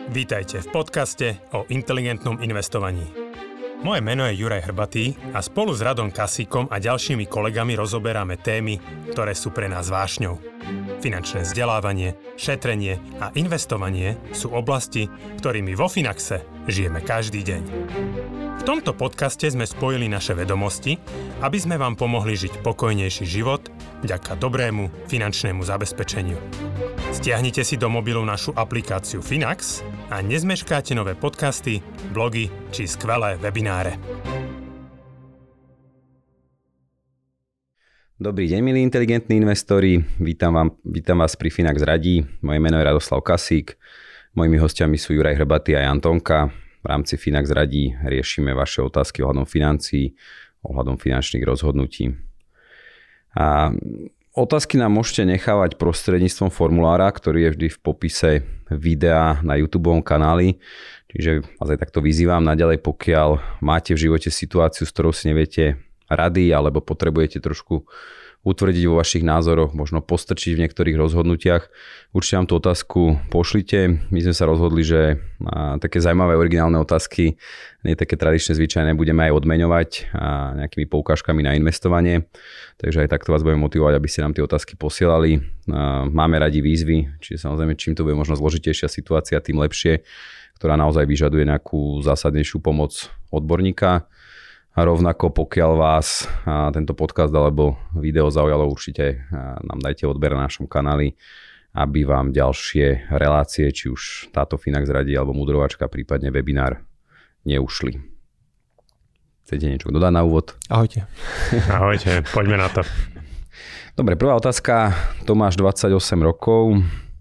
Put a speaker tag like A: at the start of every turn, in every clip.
A: Vítajte v podcaste o inteligentnom investovaní. Moje meno je Juraj Hrbatý a spolu s Radom Kasíkom a ďalšími kolegami rozoberáme témy, ktoré sú pre nás vášňou. Finančné vzdelávanie, šetrenie a investovanie sú oblasti, ktorými vo Finaxe žijeme každý deň. V tomto podcaste sme spojili naše vedomosti, aby sme vám pomohli žiť pokojnejší život vďaka dobrému finančnému zabezpečeniu. Stiahnite si do mobilu našu aplikáciu Finax a nezmeškáte nové podcasty, blogy či skvelé webináre.
B: Dobrý deň, milí inteligentní investori. Vítam vás pri Finax radí. Moje meno je Radoslav Kasík. Mojimi hostiami sú Juraj Hrbatý a Jan Tonka. V rámci Finax radí riešime vaše otázky ohľadom financií, ohľadom finančných rozhodnutí. A otázky nám môžete nechávať prostredníctvom formulára, ktorý je vždy v popise videa na YouTubeovom kanáli. Čiže vás aj takto vyzývam naďalej, pokiaľ máte v živote situáciu, s ktorou si neviete rady alebo potrebujete trošku utvrdiť vo vašich názoroch, možno postrčiť v niektorých rozhodnutiach. Určite vám tú otázku pošlite. My sme sa rozhodli, že také zaujímavé originálne otázky, nie také tradičné, zvyčajné, budeme aj odmeňovať nejakými poukážkami na investovanie. Takže aj takto vás budeme motivovať, aby ste nám tie otázky posielali. Máme radi výzvy, čiže samozrejme, čím to bude možno zložitejšia situácia, tým lepšie, ktorá naozaj vyžaduje nejakú zásadnejšiu pomoc odborníka. A rovnako pokiaľ vás tento podcast alebo video zaujalo, určite nám dajte odber na našom kanáli, aby vám ďalšie relácie, či už táto Finax radí alebo Mudrovačka, prípadne webinár neušli. Chcete niečo dodať na úvod?
A: Ahojte. Ahojte, poďme na to.
B: Dobre, prvá otázka. Tomáš, 28 rokov.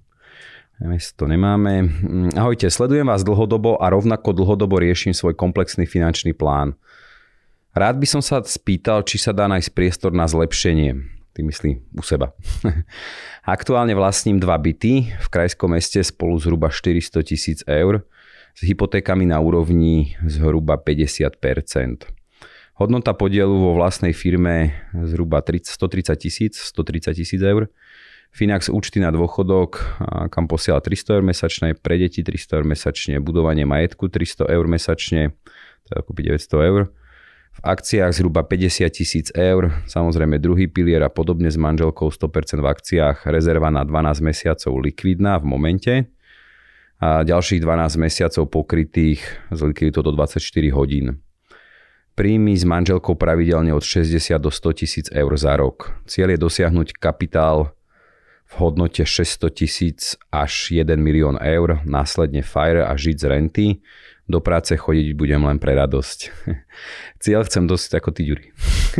B: To nemáme. Ahojte, sledujem vás dlhodobo a rovnako dlhodobo riešim svoj komplexný finančný plán. Rád by som sa spýtal, či sa dá nájsť priestor na zlepšenie. Ty myslí u seba. Aktuálne vlastním 2 byty v krajskom meste spolu zhruba 400 000 eur s hypotékami na úrovni zhruba 50%. Hodnota podielu vo vlastnej firme zhruba 130 000 eur. Finax účty na dôchodok, kam posiela 300 eur mesačne, pre deti 300 eur mesačne, budovanie majetku 300 eur mesačne, teda kúpiť 900 eur. V akciách zhruba 50 000 eur, samozrejme druhý pilier a podobne s manželkou 100% v akciách, rezerva na 12 mesiacov likvidná v momente a ďalších 12 mesiacov pokrytých z likviditou do 24 hodín. Príjmy s manželkou pravidelne od 60 do 100 000 eur za rok. Cieľ je dosiahnuť kapitál v hodnote 600 000 až 1 milión eur, následne FIRE a žiť z renty. Do práce chodiť budem len pre radosť. Cieľ chcem dosiahnuť ako ty, Juri.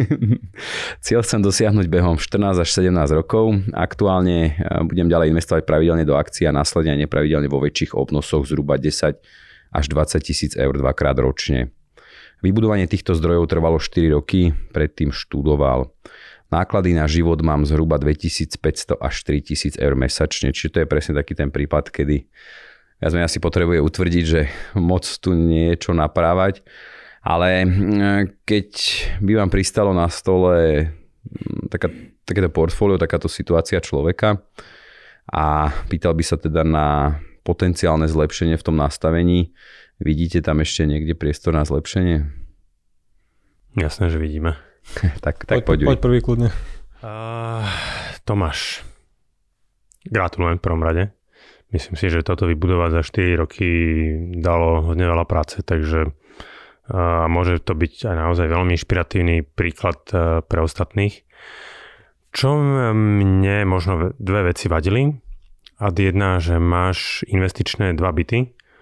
B: Cieľ chcem dosiahnuť behom 14 až 17 rokov. Aktuálne budem ďalej investovať pravidelne do akcií a následne nepravidelne vo väčších obnosoch zhruba 10 až 20 000 eur dvakrát ročne. Vybudovanie týchto zdrojov trvalo 4 roky, predtým študoval. Náklady na život mám zhruba 2500 až 3000 eur mesačne, čiže to je presne taký ten prípad, kedy viac menej asi potrebuje utvrdiť, že moc tu niečo naprávať, ale keď by vám pristalo na stole takéto portfólio, takáto situácia človeka a pýtal by sa teda na potenciálne zlepšenie v tom nastavení, vidíte tam ešte niekde priestor na zlepšenie?
A: Jasné, že vidíme.
B: tak poď
C: prvý kľudne.
A: Tomáš, gratulujem v prvom rade. Myslím si, že toto vybudovať za 4 roky dalo hodne veľa práce, takže môže to byť aj naozaj veľmi inšpiratívny príklad pre ostatných. Čo mne možno dve veci vadili. A jedna, že máš investičné 2 byty,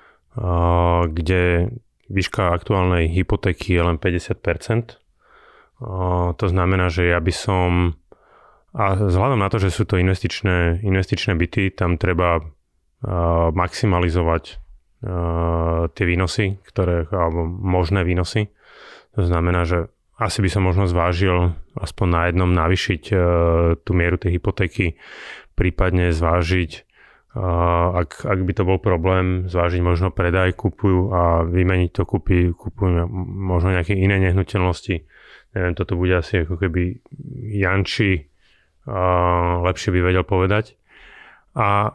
A: kde výška aktuálnej hypotéky je len 50%. To znamená, že ja by som, a vzhľadom na to, že sú to investičné byty, tam treba maximalizovať tie výnosy, alebo možné výnosy. To znamená, že asi by som možno zvážil aspoň na jednom navýšiť tú mieru tej hypotéky, prípadne zvážiť, ak by to bol problém, zvážiť možno predaj, kúpujú a vymeniť to, kúpujú možno nejaké iné nehnuteľnosti. Neviem, toto bude asi ako keby Janči lepšie by vedel povedať. A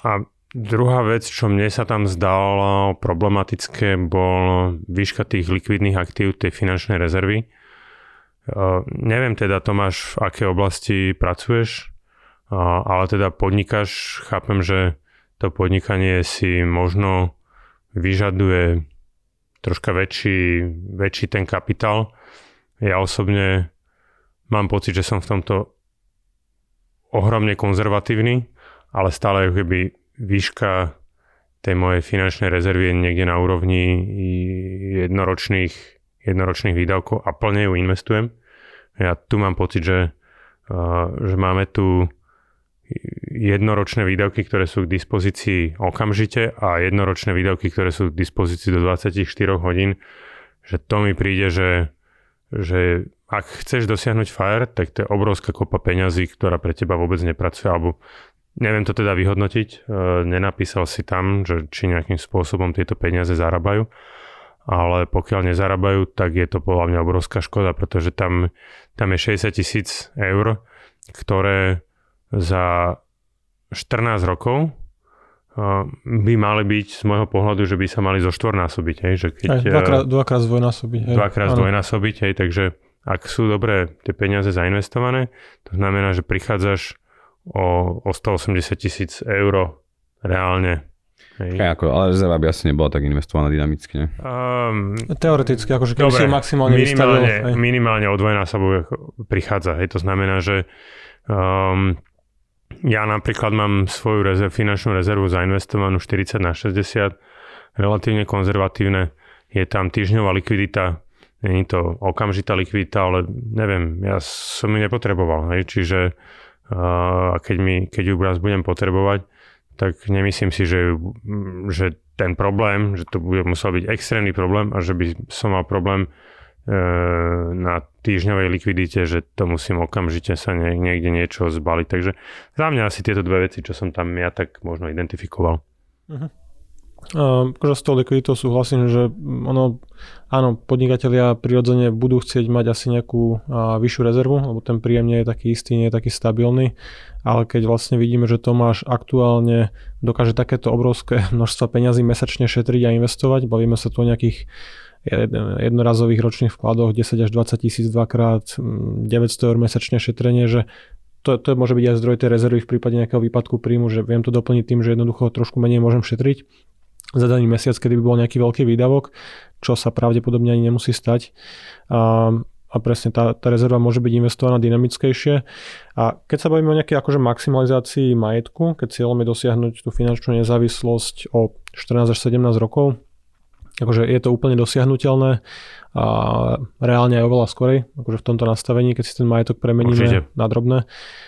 A: Druhá vec, čo mne sa tam zdalo problematické, bol výška tých likvidných aktív, tej finančnej rezervy. Neviem teda, Tomáš, v akej oblasti pracuješ, ale teda podnikáš, chápem, že to podnikanie si možno vyžaduje troška väčší ten kapitál. Ja osobne mám pocit, že som v tomto ohromne konzervatívny, ale stále keby výška tej mojej finančnej rezervy je niekde na úrovni jednoročných výdavkov a plne ju investujem. Ja tu mám pocit, že máme tu jednoročné výdavky, ktoré sú k dispozícii okamžite a jednoročné výdavky, ktoré sú k dispozícii do 24 hodín, že to mi príde, že ak chceš dosiahnuť FIRE, tak to je obrovská kopa peňazí, ktorá pre teba vôbec nepracuje, alebo neviem to teda vyhodnotiť, nenapísal si tam, že či nejakým spôsobom tieto peniaze zarábajú, ale pokiaľ nezarábajú, tak je to podľa mňa obrovská škoda, pretože tam je 60 000 eur, ktoré za 14 rokov by mali byť z môjho pohľadu, že by sa mali zoštvornásobiť. Hej, že keď,
C: dvakrát zdvojnásobiť. Hej.
A: Dvakrát zdvojnásobiť, hej, takže ak sú dobre tie peniaze zainvestované, to znamená, že prichádzaš o 180 000 eur reálne. Hej.
B: Ale rezerva by asi nebola tak investovaná dynamicky, ne?
C: Teoreticky, akože keby si maximálne vystavil.
A: Minimálne o dvojnásobok prichádza. Hej. To znamená, že ja napríklad mám svoju finančnú rezervu zainvestovanú 40/60, relatívne konzervatívne. Je tam týždňová likvidita, nie je to okamžitá likvidita, ale neviem, ja som ju nepotreboval. Hej. Čiže keď ju raz budem potrebovať, tak nemyslím si, že ten problém, že to musel byť extrémny problém a že by som mal problém na týždňovej likvidite, že to musím okamžite sa niekde niečo zbaliť. Takže za mňa asi tieto dve veci, čo som tam ja tak možno identifikoval.
C: Akože s tou likviditou súhlasím, že áno, podnikatelia prirodzene budú chcieť mať asi nejakú vyššiu rezervu, lebo ten príjem nie je taký istý, nie je taký stabilný, ale keď vlastne vidíme, že Tomáš aktuálne dokáže takéto obrovské množstva peňazí mesačne šetriť a investovať, bavíme sa tu o nejakých jednorazových ročných vkladoch 10 až 20 tisíc dvakrát 900 eur mesačne šetrenie, že to môže byť aj zdroj tej rezervy v prípade nejakého výpadku príjmu, že viem to doplniť tým, že jednoducho trošku menej môžem šetriť za daný mesiac, kedy by bol nejaký veľký výdavok, čo sa pravdepodobne ani nemusí stať. A presne tá rezerva môže byť investovaná dynamickejšie. A keď sa bavíme o nejakej akože maximalizácii majetku, keď cieľom je dosiahnuť tú finančnú nezávislosť o 14 až 17 rokov, akože je to úplne dosiahnuteľné a reálne aj oveľa skorej, akože v tomto nastavení, keď si ten majetok premeníme na drobné.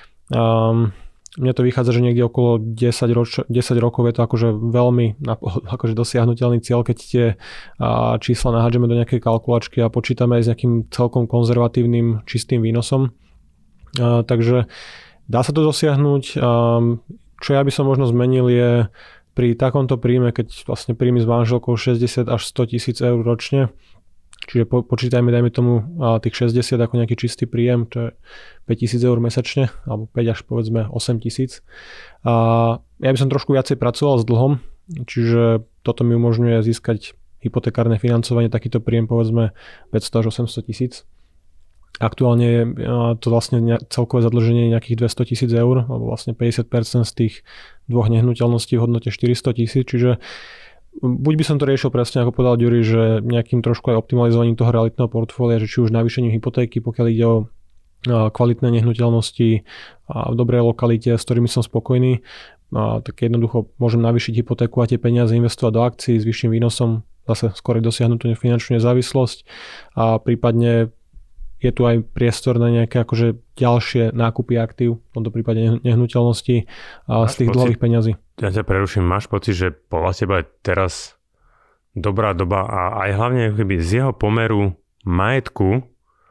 C: Mne to vychádza, že niekde okolo 10 rokov je to akože veľmi akože dosiahnuteľný cieľ, keď tie čísla nahádžeme do nejakej kalkulačky a počítame aj s nejakým celkom konzervatívnym čistým výnosom. Takže dá sa to dosiahnuť. Čo ja by som možno zmenil je pri takomto príjme, keď vlastne príjmy s manželkou 60 až 100 tisíc eur ročne, čiže počítajme, dajme tomu tých 60 ako nejaký čistý príjem, to je 5 000 eur mesačne, alebo 5 až povedzme 8 000. Ja by som trošku viacej pracoval s dlhom, čiže toto mi umožňuje získať hypotekárne financovanie, takýto príjem povedzme 500 až 800 tisíc. Aktuálne je to vlastne celkové zadlženie nejakých 200 tisíc eur, alebo vlastne 50% z tých dvoch nehnuteľností v hodnote 400 tisíc, čiže buď by som to riešil presne, ako povedal Ďuri, že nejakým trošku aj optimalizovaním toho realitného portfólia, že či už navýšením hypotéky, pokiaľ ide o kvalitné nehnuteľnosti a v dobrej lokalite, s ktorými som spokojný, tak jednoducho môžem navýšiť hypotéku a tie peniaze investovať do akcií s vyšším výnosom, zase skôr dosiahnuť tú finančnú nezávislosť a prípadne je tu aj priestor na nejaké akože ďalšie nákupy aktív, v tomto prípade nehnuteľnosti z tých dlhových peňazí.
A: Ja ťa preruším, máš pocit, že podľa teba je teraz dobrá doba a aj hlavne z jeho pomeru majetku,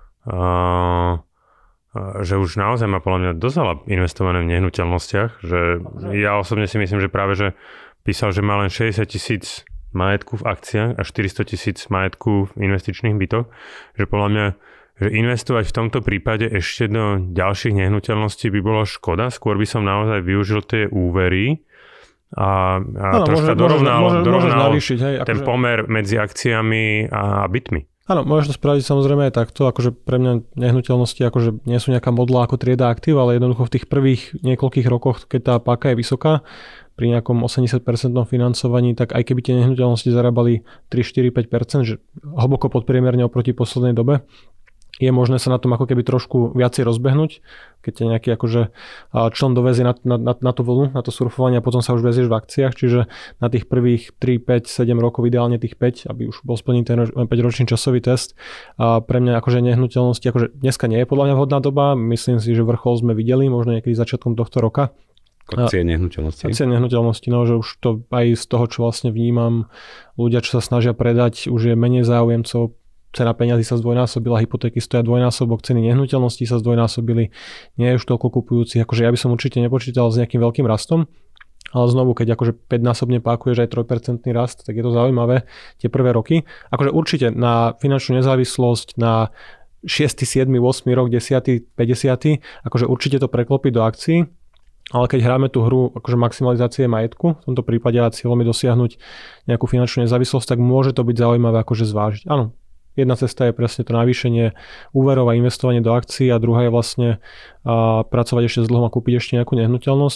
A: že už naozaj má podľa mňa dosť veľa investované v nehnuteľnostiach, že ja osobne si myslím, že práve že písal, že má len 60 tisíc majetku v akciách a 400 tisíc majetku v investičných bytoch, že podľa mňa že investovať v tomto prípade ešte do ďalších nehnuteľností by bolo škoda. Skôr by som naozaj využil tie úvery troška dorovnal
C: navýšiť, hej,
A: ten pomer medzi akciami a bytmi.
C: Áno, môžeš to spraviť samozrejme aj takto, akože pre mňa nehnuteľnosti akože nie sú nejaká modla ako trieda aktív, ale jednoducho v tých prvých niekoľkých rokoch, keď tá páka je vysoká, pri nejakom 80% financovaní, tak aj keby tie nehnuteľnosti zarábali 3, 4, 5%, že hlboko podpriemerne oproti poslednej dobe, je možné sa na tom ako keby trošku viacej rozbehnúť, keď ťa nejaký akože člen dovezie na tú vlnu, na to surfovanie a potom sa už vezieš v akciách, čiže na tých prvých 3, 5, 7 rokov, ideálne tých 5, aby už bol splnený ten 5-ročný časový test. A pre mňa akože nehnuteľnosti, akože dneska nie je podľa mňa vhodná doba, myslím si, že vrchol sme videli, možno niekedy začiatkom tohto roka.
B: Cien nehnuteľnosti.
C: Cien nehnuteľnosti, no, že už to aj z toho, čo vlastne vnímam, ľudia, čo sa snažia predať, už je menej záujemcov, cena peňazí sa zdvojnásobila, hypotéky stoja dvojnásobok, ceny nehnuteľností sa zdvojnásobili, nie je už toľko kupujúcich, akože ja by som určite nepočítal s nejakým veľkým rastom, ale znovu, keď akože 5-násobne pákuješ aj 3% rast, tak je to zaujímavé tie prvé roky. Akože určite na finančnú nezávislosť, na 6., 7., 8. rok, 10., 50., akože určite to preklopí do akcií. Ale keď hráme tú hru akože maximalizácie majetku, v tomto prípade a cieľom je dosiahnuť nejakú finančnú nezávislosť, tak môže to byť zaujímavé akože zvážiť. Áno, jedna cesta je presne to navýšenie úverov a investovanie do akcií a druhá je vlastne pracovať ešte s dlhom a kúpiť ešte nejakú nehnuteľnosť.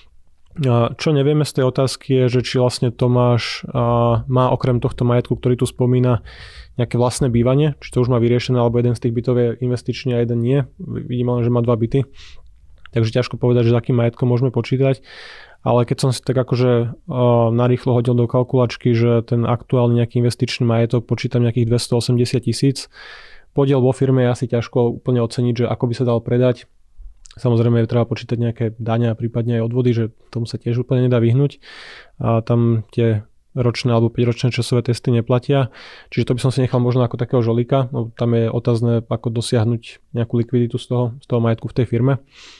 C: Čo nevieme z tej otázky je, že či vlastne Tomáš má okrem tohto majetku, ktorý tu spomína, nejaké vlastné bývanie, či to už má vyriešené, alebo jeden z tých bytov je investičný a jeden nie. Vidím len, že má 2 byty. Takže ťažko povedať, že s akým majetkom môžeme počítať. Ale keď som si tak akože narýchlo hodil do kalkulačky, že ten aktuálny nejaký investičný majetok počítam nejakých 280 000. Podiel vo firme je asi ťažko úplne oceniť, že ako by sa dal predať. Samozrejme je treba počítať nejaké dane a prípadne aj odvody, že tomu sa tiež úplne nedá vyhnúť. A tam tie ročné alebo 5-ročné časové testy neplatia. Čiže to by som si nechal možno ako takého žolíka. No, tam je otázne, ako dosiahnuť nejakú likviditu z toho majetku v tej firme.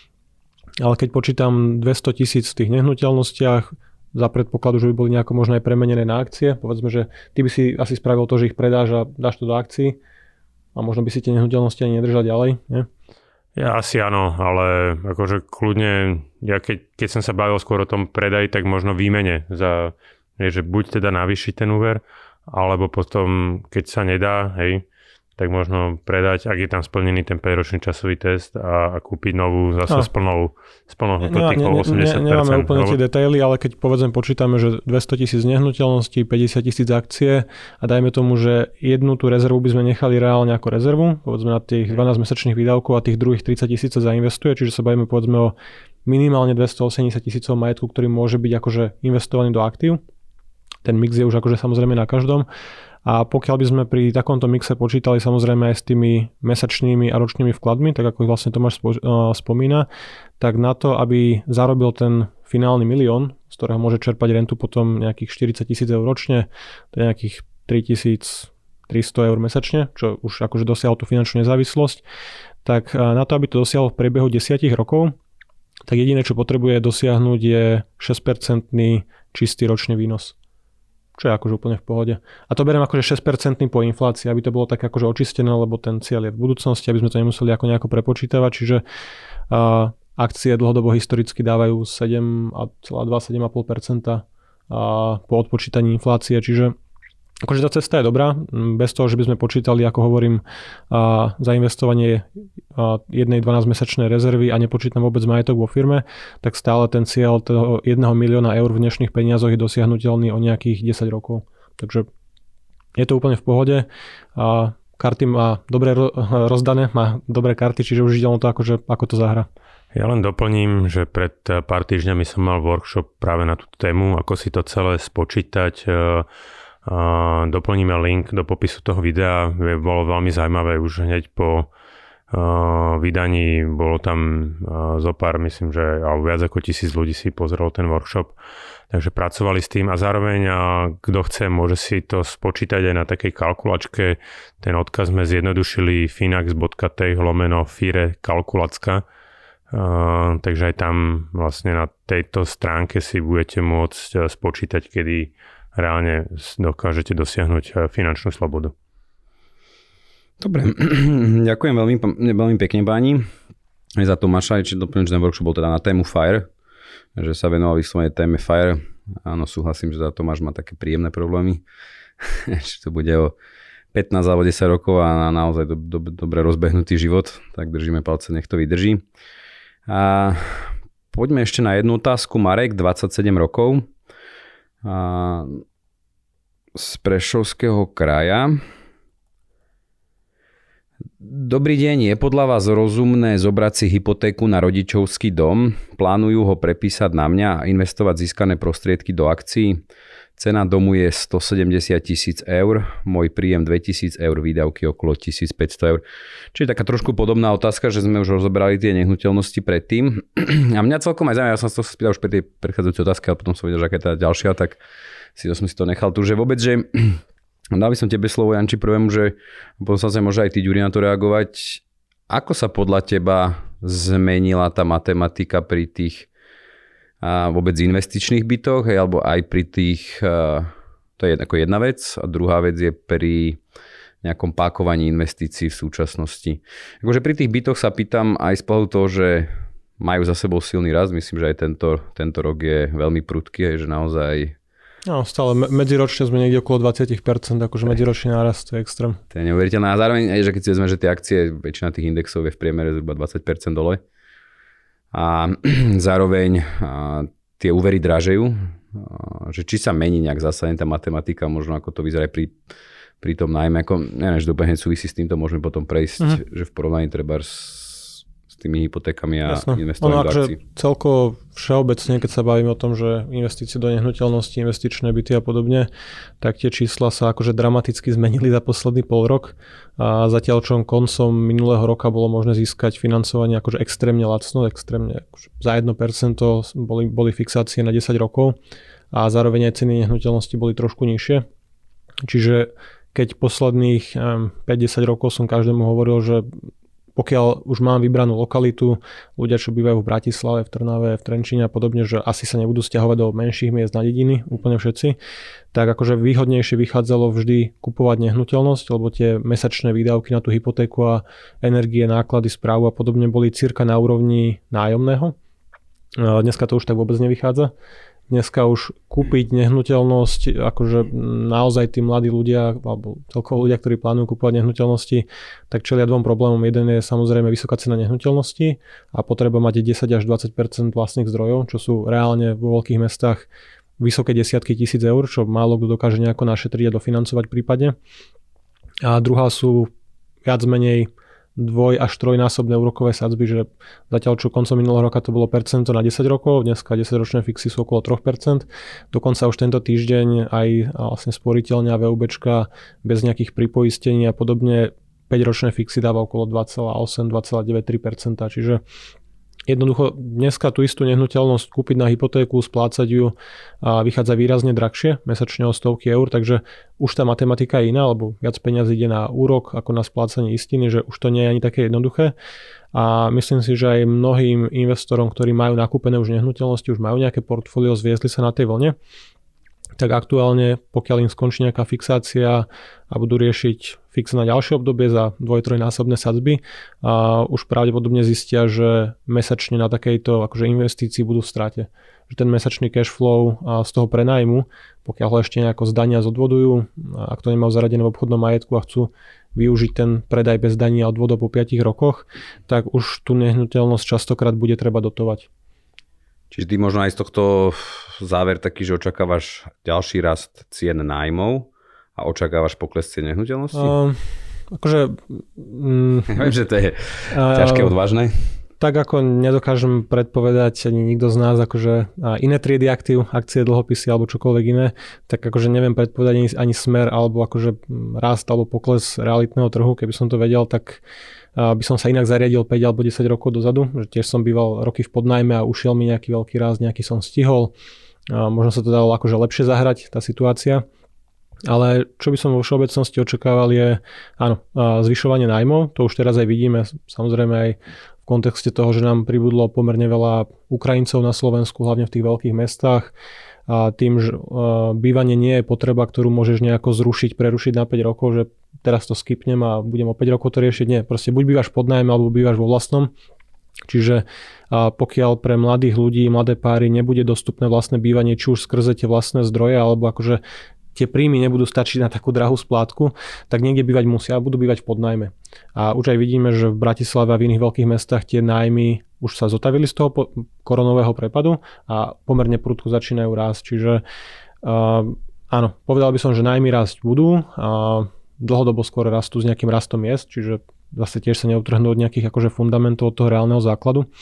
C: Ale keď počítam 200 000 v tých nehnuteľnostiach, za predpokladu, že by boli nejako možno aj premenené na akcie, povedzme, že ty by si asi spravil to, že ich predáš a dáš to do akcií a možno by si tie nehnuteľnosti ani nedržal ďalej, nie?
A: Ja asi áno, ale akože kľudne, ja keď som sa bavil skôr o tom predaji, tak možno výmene za, že buď teda navýšiť ten úver, alebo potom, keď sa nedá, hej, tak možno predať, ak je tam splnený ten 5-ročný časový test a kúpiť novú zase s plnou hypotékou 80%.
C: Nemáme úplne tie detaily, ale keď povedzme počítame, že 200 000 nehnuteľností, 50 000 akcie a dajme tomu, že jednu tú rezervu by sme nechali reálne ako rezervu, povedzme na tých 12-mesačných výdavkov a tých druhých 30 000 sa zainvestuje, čiže sa bavíme povedzme o minimálne 280 000 majetku, ktorý môže byť akože investovaný do aktív. Ten mix je už akože samozrejme na každom. A pokiaľ by sme pri takomto mixe počítali samozrejme aj s tými mesačnými a ročnými vkladmi, tak ako ich vlastne Tomáš spomína, tak na to, aby zarobil ten finálny milión, z ktorého môže čerpať rentu potom nejakých 40 000 eur ročne, to je nejakých 3300 eur mesačne, čo už akože dosiahol tú finančnú nezávislosť, tak na to, aby to dosiahol v priebehu 10 rokov, tak jediné, čo potrebuje dosiahnuť je 6% čistý ročný výnos. Čo je akože úplne v pohode. A to beriem akože 6% po inflácii, aby to bolo tak akože očistené, lebo ten cieľ je v budúcnosti, aby sme to nemuseli ako nejako prepočítavať, čiže akcie dlhodobo historicky dávajú 7,5% po odpočítaní inflácie, čiže akože tá cesta je dobrá, bez toho, že by sme počítali, ako hovorím, za investovanie jednej 12-mesačnej rezervy a nepočítam vôbec majetok vo firme, tak stále ten cieľ toho 1 milióna eur v dnešných peniazoch je dosiahnutelný o nejakých 10 rokov. Takže je to úplne v pohode. Karty má dobre rozdané, má dobré karty, čiže už ide len to, akože, ako to zahra.
A: Ja len doplním, že pred pár týždňami som mal workshop práve na túto tému, ako si to celé spočítať. Doplníme link do popisu toho videa, bolo veľmi zaujímavé už hneď po vydaní, bolo tam zopár, myslím, že viac ako 1000 ľudí si pozrelo ten workshop, takže pracovali s tým a zároveň kto chce, môže si to spočítať aj na takej kalkulačke, ten odkaz sme zjednodušili finax.tech/FIRE kalkulacka, takže aj tam vlastne na tejto stránke si budete môcť spočítať, kedy reálne dokážete dosiahnuť finančnú slobodu.
B: Dobre, ďakujem veľmi pekne páni za Tomáša, či doplňujem, že ten workshop bol teda na tému FIRE, že sa venoval vyslovene téme FIRE, Áno, súhlasím, že Tomáš má také príjemné problémy. Či to bude o 15 alebo 10 rokov a naozaj dobre rozbehnutý život, tak držíme palce, nech to vydrží. A poďme ešte na jednu otázku. Marek, 27 rokov, z Prešovského kraja. Dobrý deň, je podľa vás rozumné zobrať si hypotéku na rodičovský dom? Plánujú ho prepísať na mňa a investovať získané prostriedky do akcií? Cena domu je 170 000 eur, môj príjem 2000 eur, výdavky okolo 1500 eur. Čiže taká trošku podobná otázka, že sme už rozoberali tie nehnuteľnosti predtým. A mňa celkom aj zaujímavé, ja som sa to spýtal už pri tej predchádzajúcej otázke, ale potom som vedel, že aká je tá ďalšia, tak som si to nechal tu, že vôbec, že dal by som tebe slovo, Janči, prvému, že potom sa môže aj ty, Ďuri, na to reagovať. Ako sa podľa teba zmenila tá matematika pri tých vôbec investičných bytoch, alebo aj pri tých, to je ako jedna vec, a druhá vec je pri nejakom pákovaní investícií v súčasnosti. Akože pri tých bytoch sa pýtam aj z pohľadu toho, že majú za sebou silný rast, myslím, že aj tento rok je veľmi prudký, že naozaj.
C: No, stále medziročne sme niekde okolo 20%, akože medziročný nárast, to je extrém. To
B: je neuveriteľné. A zároveň, že keď si vezme, že tie akcie, väčšina tých indexov je v priemere zhruba 20% dole. A zároveň tie úvery dražejú, že či sa mení nejak zásadne tá matematika, možno ako to vyzerá aj pri tom nájme, ako neviem, že to úplne súvisí s týmto, môžeme potom prejsť, že v porovnaní treba s tými hypotékami a investovaním do akcií.
C: Celkovo všeobecne, keď sa bavíme o tom, že investície do nehnuteľnosti, investičné byty a podobne, tak tie čísla sa akože dramaticky zmenili za posledný pol rok. A zatiaľ čo koncom minulého roka bolo možné získať financovanie akože extrémne lacno, extrémne akože za 1% boli fixácie na 10 rokov a zároveň aj ceny nehnuteľnosti boli trošku nižšie. Čiže keď posledných 5-10 rokov som každému hovoril, že pokiaľ už mám vybranú lokalitu, ľudia, čo bývajú v Bratislave, v Trnave, v Trenčíne a podobne, že asi sa nebudú sťahovať do menších miest na dediny, úplne všetci, tak akože výhodnejšie vychádzalo vždy kupovať nehnuteľnosť, lebo tie mesačné výdavky na tú hypotéku a energie, náklady, správu a podobne boli cirka na úrovni nájomného. Dneska to už tak vôbec nevychádza. Dneska už kúpiť nehnuteľnosť, akože naozaj tí mladí ľudia, alebo celkovo ľudia, ktorí plánujú kúpovať nehnuteľnosti, tak čelia dvom problémom. Jeden je samozrejme vysoká cena nehnuteľnosti a potreba mať 10 až 20% vlastných zdrojov, čo sú reálne vo veľkých mestách vysoké desiatky tisíc eur, čo málo kto dokáže nejako našetriť a dofinancovať prípadne. A druhá sú viac menej 2 až 3-násobné úrokové sadzby, že zatiaľ čo koncom minulého roka to bolo percento na 10 rokov, dneska 10-ročné fixy sú okolo 3%. Dokonca už tento týždeň aj vlastne sporiteľňa VUBčka bez nejakých pripoistení a podobne 5-ročné fixy dáva okolo 2,8-2,93%. Čiže jednoducho dneska tú istú nehnuteľnosť kúpiť na hypotéku, splácať ju a vychádza výrazne drahšie, mesačne o stovky eur, takže už tá matematika je iná, lebo viac peniazí ide na úrok ako na splácanie istiny, že už to nie je ani také jednoduché. A myslím si, že aj mnohým investorom, ktorí majú nakúpené už nehnuteľnosti, už majú nejaké portfólio, zviezli sa na tej vlne, tak aktuálne, pokiaľ im skončí nejaká fixácia a budú riešiť fix na ďalšie obdobie za 2-3-násobné sadzby, a už pravdepodobne zistia, že mesačne na takejto akože investícii budú v strate. Že ten mesačný cash flow z toho prenájmu, pokiaľ ho ešte nejako zdania zodvodujú, ak to nemajú zaradené v obchodnom majetku a chcú využiť ten predaj bez daní a odvodov po 5 rokoch, tak už tú nehnuteľnosť častokrát bude treba dotovať.
B: Čiže ty možno aj z tohto záver taký, že očakávaš ďalší rast cien nájmov a očakávaš pokles cien nehnuteľnosti? Viem, že to je ťažké, odvážne.
C: Tak ako nedokážem predpovedať ani nikto z nás akože iné triedy aktív, akcie, dlhopisy alebo čokoľvek iné, tak akože neviem predpovedať ani smer alebo akože rast alebo pokles realitného trhu. Keby som to vedel, tak by som sa inak zariadil 5 alebo 10 rokov dozadu, že tiež som býval roky v podnájme a ušiel mi nejaký veľký rast, nejaký som stihol. Možno sa to dalo akože lepšie zahrať, tá situácia. Ale čo by som vo všeobecnosti očakával je, áno, zvyšovanie nájmov, to už teraz aj vidíme, samozrejme aj v kontexte toho, že nám pribudlo pomerne veľa Ukrajincov na Slovensku, hlavne v tých veľkých mestách. A tým, že bývanie nie je potreba, ktorú môžeš nejako zrušiť, prerušiť na 5 rokov, že teraz to skipnem a budem o 5 rokov to riešiť. Nie, proste buď bývaš pod nájme, alebo bývaš vo vlastnom. Čiže pokiaľ pre mladých ľudí, mladé páry nebude dostupné vlastné bývanie, či už skrze tie vlastné zdroje, alebo akože tie príjmy nebudú stačiť na takú drahú splátku, tak niekde bývať musia a budú bývať v podnájme. A už aj vidíme, že v Bratislave a v iných veľkých mestách tie nájmy už sa zotavili z toho koronového prepadu a pomerne prudko začínajú rásť. Čiže áno, povedal by som, že nájmy rásť budú a dlhodobo skôr rastú s nejakým rastom miest, čiže zase tiež sa neutrhnú od nejakých akože fundamentov od toho reálneho základu.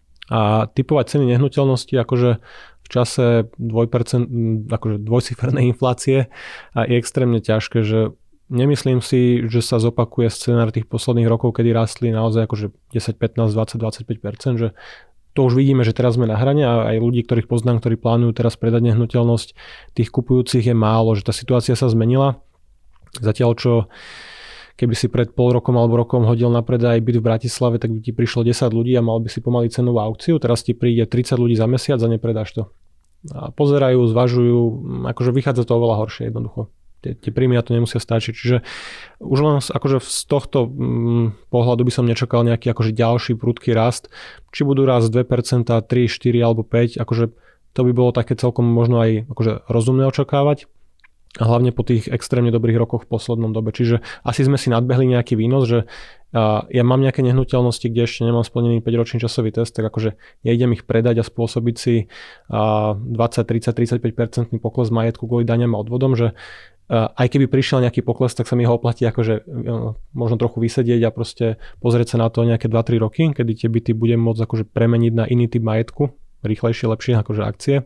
C: A typovať ceny nehnuteľnosti akože v čase 2%, akože dvojcifernej inflácie je extrémne ťažké, že nemyslím si, že sa zopakuje scenár tých posledných rokov, kedy rastli naozaj akože 10, 15, 20, 25%, že to už vidíme, že teraz sme na hrane a aj ľudí, ktorých poznám, ktorí plánujú teraz predať nehnuteľnosť, tých kupujúcich je málo, že tá situácia sa zmenila. Zatiaľ čo keby si pred pol rokom alebo rokom hodil na predaj byt v Bratislave, tak by ti prišlo 10 ľudí a mal by si pomaly cenovú aukciu. Teraz ti príde 30 ľudí za mesiac a nepredáš to. A pozerajú, zvažujú, akože vychádza to oveľa horšie jednoducho. Tie príjmy na to nemusia stačiť. Čiže už len akože z tohto pohľadu by som nečakal nejaký akože ďalší prudký rast. Či budú rásť 2%, 3, 4 alebo 5, akože to by bolo také celkom možno aj akože rozumné očakávať. A hlavne po tých extrémne dobrých rokoch v poslednom dobe. Čiže asi sme si nadbehli nejaký výnos, že ja mám nejaké nehnuteľnosti, kde ešte nemám splnený 5-ročný časový test, tak akože nejdem ich predať a spôsobiť si 20, 30, 35% pokles majetku kvôli daňam a odvodom, že aj keby prišiel nejaký pokles, tak sa mi ho oplatí akože možno trochu vysedieť a proste pozrieť sa na to nejaké 2-3 roky, kedy tie byty budem môcť akože premeniť na iný typ majetku, rýchlejšie, lepšie akože akcie.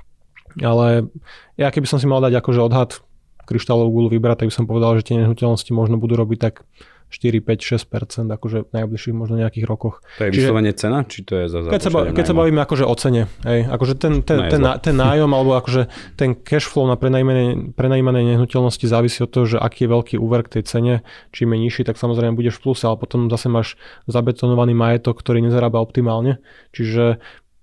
C: Ale ja keby som si mal dať akože odhad kryštálovú guľu vybrať, tak by som povedal, že tie nehnuteľnosti možno budú robiť tak 4, 5, 6% akože v najbližších možno nejakých rokoch.
B: To je vyslovene cena? Či to je za
C: keď sa bavíme akože o cene, akože ten nájom alebo akože ten cash flow na prenajímané nehnuteľnosti závisí od toho, že aký je veľký úver k tej cene, čím je nižší, tak samozrejme budeš v pluse, ale potom zase máš zabetonovaný majetok, ktorý nezarába optimálne. Čiže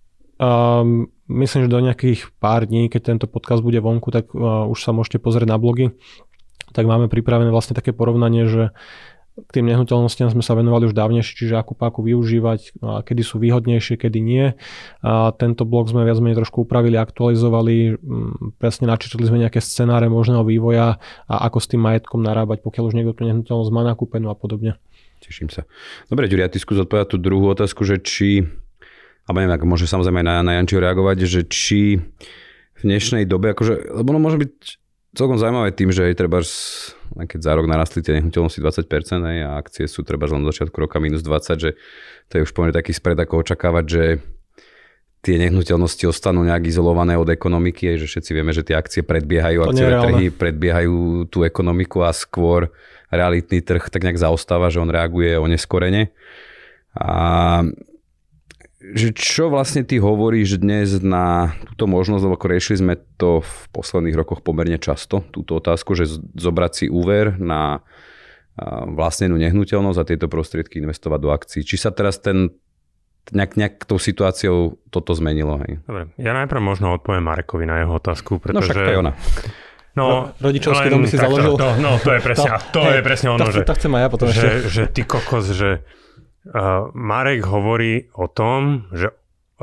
C: myslím, že do nejakých pár dní, keď tento podcast bude vonku, tak už sa môžete pozrieť na blogy. Tak máme pripravené vlastne také porovnanie, že k tým nehnuteľnostiam sme sa venovali už dávnejšie, čiže akú páku využívať, kedy sú výhodnejšie, kedy nie. A tento blog sme viac menej trošku upravili, aktualizovali, presne načítali sme nejaké scenáre možného vývoja a ako s tým majetkom narábať, pokiaľ už niekto tú nehnuteľnosť má nakúpenú a podobne.
B: Teším sa. Dobre, Ďuri, a ty skús odpovedať tú druhú otázku, že či alebo neviem, môže samozrejme aj na Jančiho reagovať, že či v dnešnej dobe, akože, lebo ono môže byť celkom zaujímavé tým, že aj treba, keď za rok narastli tie nehnuteľnosti 20% a akcie sú treba len do začiatku roka minus 20, že to je už pomerne taký spred, ako očakávať, že tie nehnuteľnosti ostanú nejak izolované od ekonomiky, aj že všetci vieme, že tie akcie predbiehajú, akciové trhy predbiehajú tú ekonomiku a skôr realitný trh tak nejak zaostáva, že on reaguje oneskorene. A že čo vlastne ty hovoríš dnes na túto možnosť, lebo riešili sme to v posledných rokoch pomerne často, túto otázku, že zobrať si úver na vlastnenú nehnuteľnosť a tieto prostriedky investovať do akcií. Či sa teraz nejak tou situáciou toto zmenilo? Hej?
A: Dobre, ja najprv možno odpoviem Marekovi na jeho otázku, pretože...
B: No však to je ona.
C: Rodičovský dom by si založil.
A: To je presne ono, že...
C: To chcem aj ja potom ešte.
A: Že ty kokos, že... Marek hovorí o tom, že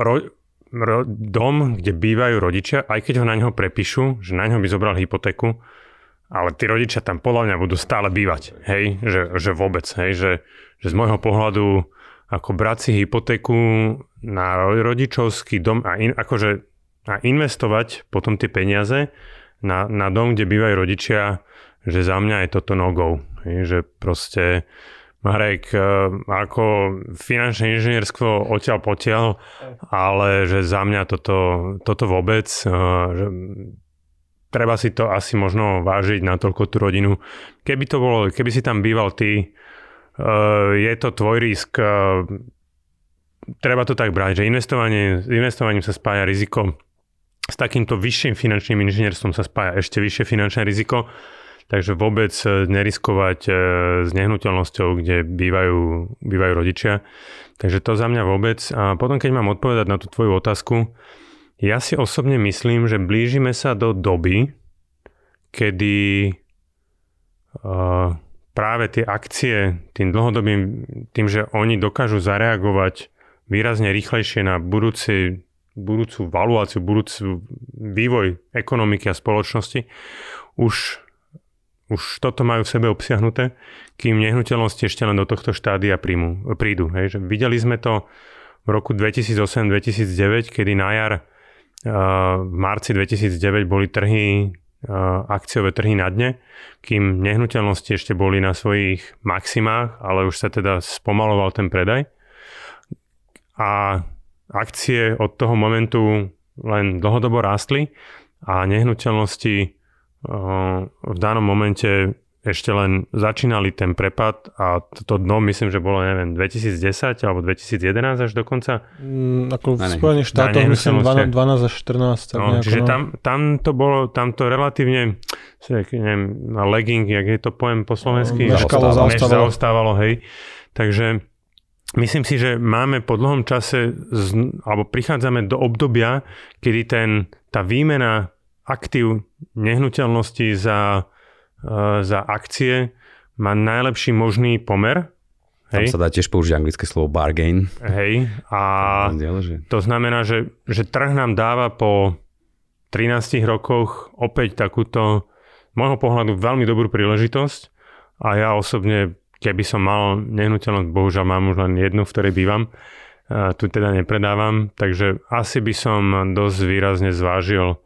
A: dom, kde bývajú rodičia, aj keď ho na neho prepíšu, že na neho by zobral hypotéku, ale tí rodičia tam podľa mňa budú stále bývať. Hej? Že vôbec. Hej? Že z môjho pohľadu ako brať si hypotéku na rodičovský dom a investovať potom tie peniaze na dom, kde bývajú rodičia, že za mňa je toto no-go. Hej? Že proste Marek, ako finančné inžinierstvo odtiaľ potiaľ, ale že za mňa toto vôbec, že treba si to asi možno vážiť na toľko tú rodinu. Keby si tam býval ty, je to tvoj risk, treba to tak brať, že investovaním sa spája riziko. S takýmto vyšším finančným inžinierstvom sa spája ešte vyššie finančné riziko. Takže vôbec neriskovať s nehnuteľnosťou, kde bývajú rodičia. Takže to za mňa vôbec. A potom, keď mám odpovedať na tú tvoju otázku, ja si osobne myslím, že blížime sa do doby, kedy práve tie akcie tým dlhodobým, tým, že oni dokážu zareagovať výrazne rýchlejšie na budúcu valuáciu, budúcu vývoj ekonomiky a spoločnosti, už toto majú v sebe obsiahnuté, kým nehnuteľnosti ešte len do tohto štádia prídu. Hej. Že videli sme to v roku 2008-2009, kedy na jar v marci 2009 boli akciové trhy na dne, kým nehnuteľnosti ešte boli na svojich maximách, ale už sa teda spomaloval ten predaj. A akcie od toho momentu len dlhodobo rástli a nehnuteľnosti v danom momente ešte len začínali ten prepad a to dno myslím, že bolo 2010 alebo 2011 až dokonca.
C: Ako v Spojených štátoch myslím 12 až 14.
A: Čiže tam to relatívne neviem, na lagging, jak je to pojem po slovensky? Zaostávalo, hej. Takže myslím si, že máme po dlhom čase alebo prichádzame do obdobia, kedy tá výmena aktív nehnuteľnosti za akcie má najlepší možný pomer.
B: Hej. Tam sa dá tiež použiť anglické slovo bargain.
A: Hej. A to znamená, že trh nám dáva po 13 rokoch opäť takúto, z môjho pohľadu, veľmi dobrú príležitosť a ja osobne, keby som mal nehnuteľnosť, bohužiaľ mám už len jednu, v ktorej bývam, tu teda nepredávam, takže asi by som dosť výrazne zvážil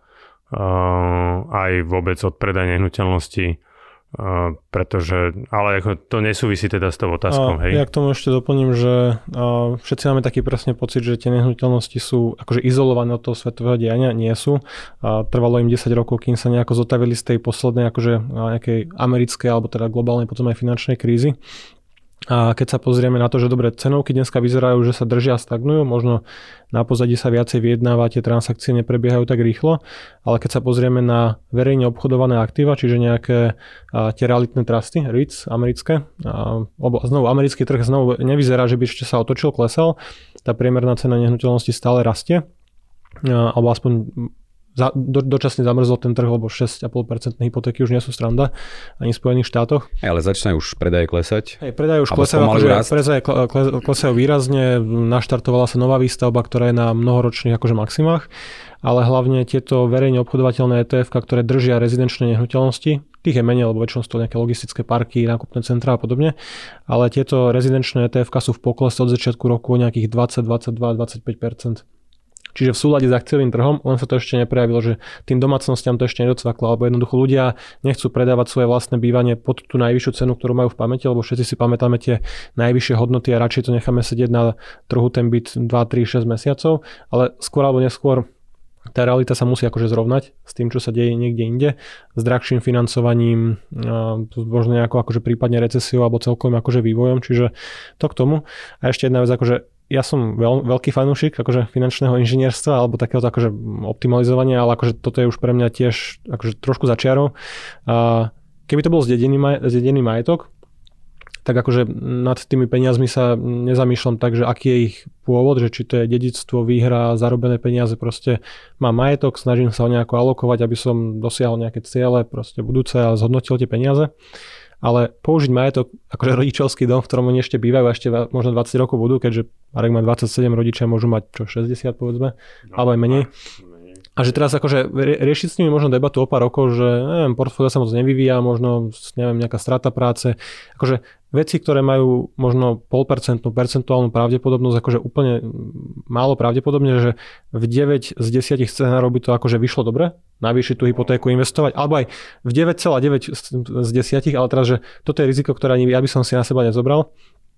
A: aj vôbec odpredaj nehnuteľnosti, pretože, ale to nesúvisí teda s tou otázkou. Hej.
C: Ja k tomu ešte doplním, že všetci máme taký presne pocit, že tie nehnuteľnosti sú akože izolované od toho svetového diania, nie sú. Trvalo im 10 rokov, kým sa nejako zotavili z tej poslednej akože nejakej americkej alebo teda globálnej potom aj finančnej krízy. A keď sa pozrieme na to, že dobre, cenovky dneska vyzerajú, že sa držia a stagnujú, možno na pozadí sa viacej vyjednáva, tie transakcie neprebiehajú tak rýchlo, ale keď sa pozrieme na verejne obchodované aktíva, čiže nejaké tie realitné trusty, REITs americké, znovu americký trh znovu nevyzerá, že by ešte sa otočil, klesal, tá priemerná cena nehnuteľnosti stále rastie, alebo aspoň dočasne zamrzol ten trh, lebo 6,5% hypotéky už nie sú sranda ani v Spojených štátoch.
B: Ale začínajú už predaje klesať.
C: Predaje už klesajú výrazne, naštartovala sa nová výstavba, ktorá je na mnohoročných akože maximách, ale hlavne tieto verejne obchodovateľné ETF, ktoré držia rezidenčné nehnuteľnosti, tých je menej, lebo väčšinou sú to nejaké logistické parky, nákupné centrá a podobne, ale tieto rezidenčné ETF sú v poklese od začiatku roku o nejakých 20, 22, 25%. Čiže v súlade s akciovým trhom, len sa to ešte neprejavilo, že tým domácnostiam to ešte nedocvaklo, alebo jednoducho ľudia nechcú predávať svoje vlastné bývanie pod tú najvyššiu cenu, ktorú majú v pamäti, lebo všetci si pamätáme tie najvyššie hodnoty a radšej to necháme sedieť na trhu ten byt 2, 3, 6 mesiacov, ale skôr alebo neskôr tá realita sa musí akože zrovnať s tým, čo sa deje niekde inde, s drahším financovaním, možno nejakou akože prípadne recesiou alebo celkovým akože vývojom, čiže to k tomu. A ešte jedna vec, akože ja som veľký fanúšik akože finančného inžinierstva alebo takéhoto akože optimalizovania, ale akože toto je už pre mňa tiež akože trošku za čiarou. Keby to bol zdedený majetok, tak akože nad tými peniazmi sa nezamýšľam tak, že aký je ich pôvod, že či to je dedičstvo, výhra, zarobené peniaze, proste mám majetok, snažím sa ho nejako alokovať, aby som dosiahol nejaké ciele proste budúce a zhodnotil tie peniaze. Ale použiť majetok, akože rodičovský dom, v ktorom oni ešte bývajú a ešte možno 20 rokov budú, keďže Marek má 27, rodičia môžu mať 60 povedzme, alebo aj menej. A že teraz akože riešiť s nimi možno debatu o pár rokov, že neviem, portfólio sa moc nevyvíja, možno neviem, nejaká strata práce. Akože veci, ktoré majú možno 0,5% percentuálnu pravdepodobnosť, akože úplne málo pravdepodobne, že v 9 z 10 scenárov by to akože vyšlo dobre, navýšiť tú hypotéku, investovať, alebo aj v 9,9 z 10, ale teraz, že toto je riziko, ktoré ani ja by som si na seba nezobral.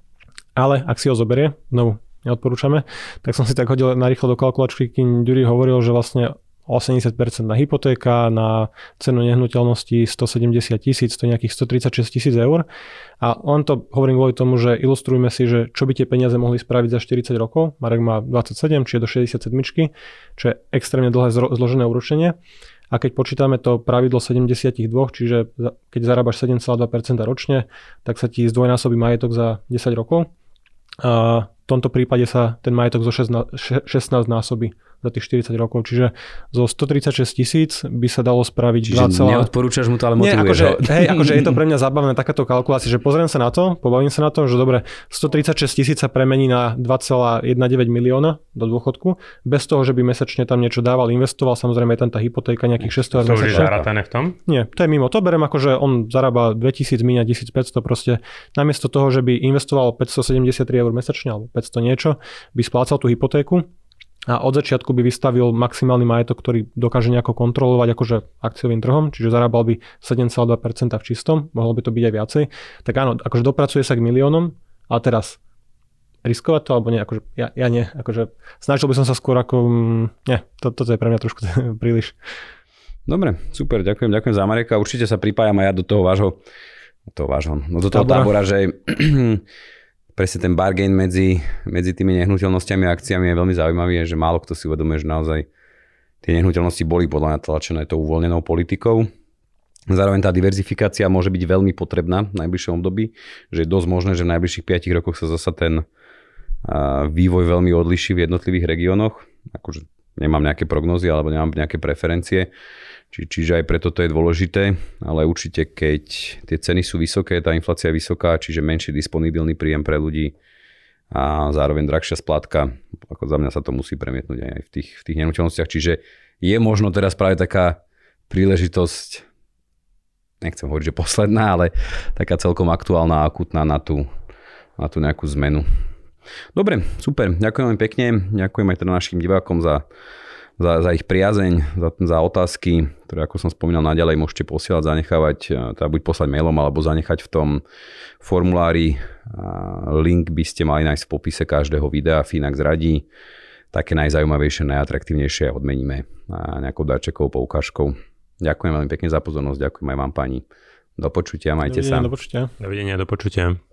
C: Ale ak si ho zoberie, no neodporúčame, tak som si tak hodil narýchlo do kalkulačky, kým Ďuri hovoril, že vlastne 80% na hypotéka, na cenu nehnuteľnosti 170 000, to je nejakých 136 000 eur. A len to hovorím kvôli tomu, že ilustrujme si, že čo by tie peniaze mohli spraviť za 40 rokov. Marek má 27, čiže do 67, čo je extrémne dlhé zložené úročenie. A keď počítame to pravidlo 72, čiže keď zarábaš 7,2% ročne, tak sa ti zdvojnásobí majetok za 10 rokov. A v tomto prípade sa ten majetok zo 16 násobí za tých 40 rokov. Čiže zo 136 000 by sa dalo spraviť
B: Čiže neodporúčač mu to, ale motivuješ ho.
C: Akože je to pre mňa zábavné takáto kalkulácia, že pozriem sa na to, pobavím sa na to, že dobre, 136 000 sa premení na 2,19 milióna do dôchodku, bez toho, že by mesačne tam niečo dával, investoval, samozrejme je tam tá hypotéka nejakých 600 eur mesačne.
A: To už je zarátané v tom?
C: Nie, to je mimo. To berem ako, že on zarába 2000, míňa 1500, proste namiesto toho, že by investoval 573 eur mesačne alebo 500 niečo, by splácal tú hypotéku a od začiatku by vystavil maximálny majetok, ktorý dokáže nejako kontrolovať akože akciovým trhom, čiže zarábal by 7,2% v čistom, mohlo by to byť aj viacej. Tak áno, akože dopracuje sa k miliónom, ale teraz riskovať to alebo nie, akože ja nie, akože snažil by som sa skôr ako, nie, toto je pre mňa trošku príliš.
B: Dobre, super, ďakujem za Mareka, určite sa pripájam aj ja do toho toho tábora, že presne ten bargain medzi tými nehnuteľnosťami a akciami je veľmi zaujímavý, že málo kto si uvedomuje, že naozaj tie nehnuteľnosti boli podľa mňa tlačené tou uvoľnenou politikou. Zároveň tá diverzifikácia môže byť veľmi potrebná v najbližšom období, že je dosť možné, že v najbližších 5 rokoch sa zasa ten vývoj veľmi odliší v jednotlivých regiónoch. Akože nemám nejaké prognózy alebo nemám nejaké preferencie. Čiže aj preto to je dôležité, ale určite keď tie ceny sú vysoké, tá inflácia je vysoká, čiže menší disponibilný príjem pre ľudí a zároveň drahšia splátka, ako za mňa sa to musí premietnúť aj v tých nehnuteľnostiach. Čiže je možno teraz práve taká príležitosť, nechcem hovoriť, že posledná, ale taká celkom aktuálna a akutná na tú nejakú zmenu. Dobre, super, ďakujem veľmi pekne, ďakujem aj teda našim divákom za ich priazeň, za otázky, ktoré, ako som spomínal, naďalej môžete posielať, zanechávať, teda buď poslať mailom, alebo zanechať v tom formulári. Link by ste mali nájsť v popise každého videa. Finax radí také najzaujímavejšie, najatraktívnejšie odmeníme nejakou darčekovou poukážkou. Ďakujem veľmi pekne za pozornosť, ďakujem aj vám, pani. Do počutia, majte sa.
C: Do počutia.
A: Dovidenia, do počutia.